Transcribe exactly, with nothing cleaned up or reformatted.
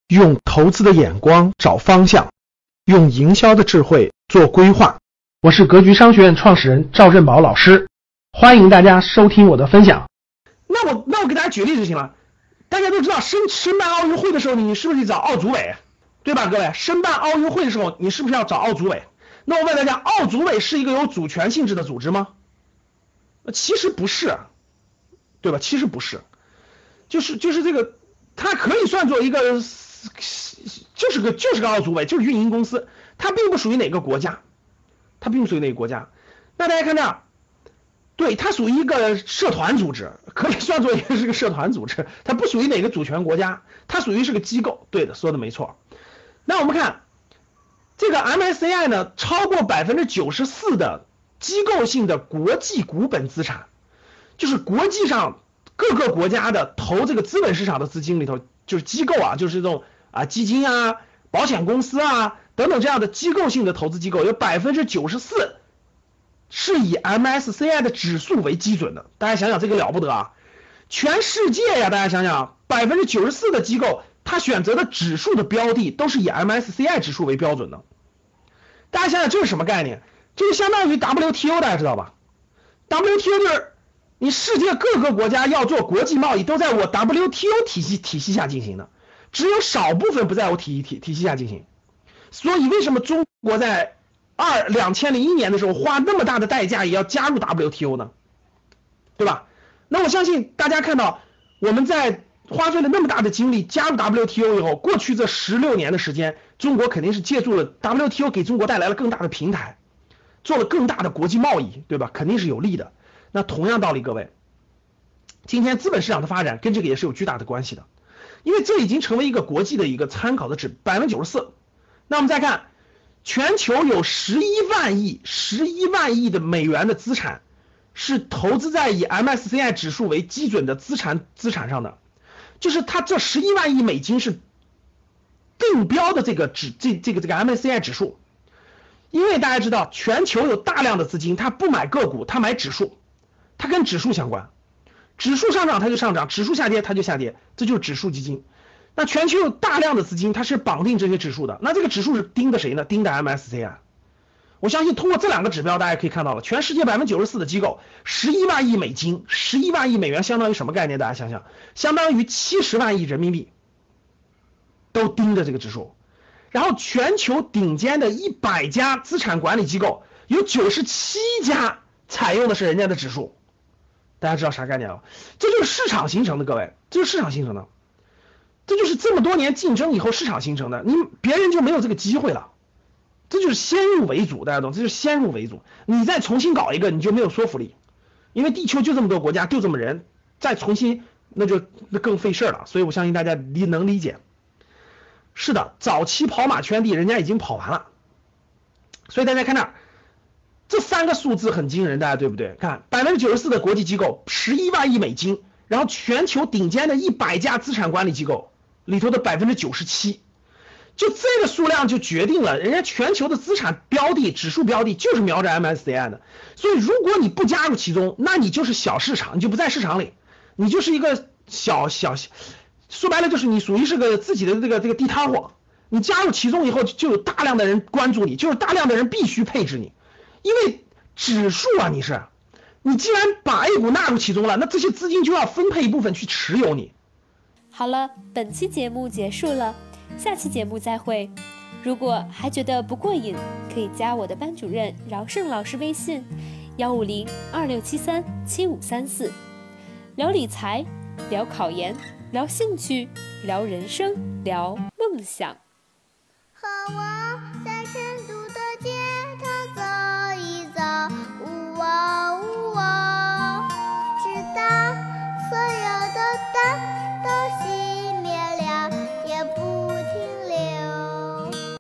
用投资的眼光找方向，用营销的智慧做规划。我是格局商学院创始人赵振宝老师，欢迎大家收听我的分享。 那我那我给大家举例就行了。大家都知道申申办奥运会的时候，你是不是得找奥组委，对吧？各位，申办奥运会的时候，你是不是要找奥组委？那我问大家，奥组委是一个有主权性质的组织吗？其实不是，对吧？其实不是，就是就是这个，它可以算作一个，就是个就是个奥组委，就是运营公司，它并不属于哪个国家，它并不属于哪个国家。那大家看这儿，对，它属于一个社团组织，可以算作一个是个社团组织，它不属于哪个主权国家，它属于是个机构。对的，说的没错。那我们看这个 M S C I 呢，超过 百分之九十四 的机构性的国际股本资产，就是国际上各个国家的投这个资本市场的资金里头，就是机构啊，就是这种啊基金啊、保险公司啊等等这样的机构性的投资机构，有 百分之九十四 是以 M S C I 的指数为基准的。大家想想这个了不得啊！全世界呀，大家想想 百分之九十四 的机构它选择的指数的标的都是以 M S C I 指数为标准的。大家想想这是什么概念？这就相当于 W T O， 大家知道吧？ W T O 就是你世界各个国家要做国际贸易都在我 W T O 体系体系下进行的，只有少部分不在我体体体系下进行。所以为什么中国在二两千零一年的时候花那么大的代价也要加入 W T O 呢？对吧？那我相信大家看到我们在花费了那么大的精力加入 W T O 以后，过去这十六年的时间，中国肯定是借助了 W T O 给中国带来了更大的平台，做了更大的国际贸易，对吧？肯定是有利的。那同样道理，各位，今天资本市场的发展跟这个也是有巨大的关系的，因为这已经成为一个国际的一个参考的值 百分之九十四。 那我们再看全球有十一万亿十一万亿的美元的资产是投资在以 M S C I 指数为基准的资产资产上的，就是它这十一万亿美金是定标的这个指这这个这个 M S C I 指数。因为大家知道全球有大量的资金，它不买个股，它买指数，它跟指数相关，指数上涨它就上涨，指数下跌它就下跌，这就是指数基金。那全球有大量的资金，它是绑定这些指数的，那这个指数是盯的谁呢？盯的 M S C I。 我相信通过这两个指标大家可以看到了，全世界 百分之九十四 的机构十一万亿美金十一万亿美元相当于什么概念？大家想想，相当于七十万亿人民币都盯着这个指数。然后全球顶尖的一百家资产管理机构有九十七家采用的是人家的指数。大家知道啥概念了？这就是市场形成的，各位，这就是市场形成的，这就是这么多年竞争以后市场形成的，你别人就没有这个机会了。这就是先入为主，大家懂？这就是先入为主，你再重新搞一个你就没有说服力，因为地球就这么多国家就这么人，再重新那就那更费事了。所以我相信大家理能理解。是的，早期跑马圈地人家已经跑完了，所以大家看那儿这三个数字很惊人，大家对不对？看 百分之九十四 的国际机构十一万亿美金，然后全球顶尖的一百家资产管理机构里头的 百分之九十七， 就这个数量就决定了人家全球的资产标的指数标的就是瞄着 M S C I 的。所以如果你不加入其中，那你就是小市场，你就不在市场里，你就是一个小小说白了就是你属于是个自己的这个这个地摊货。你加入其中以后，就有大量的人关注你，就是大量的人必须配置你，因为指数啊，你是你既然把 A 股纳入其中了，那这些资金就要分配一部分去持有你。 好了，本期节目结束了，下期节目再会。如果还觉得不过瘾，可以加我的班主任饶胜老师微信幺五零二六七三七五三四，聊理财，聊考研，聊兴趣，聊人生，聊梦想。 好啊。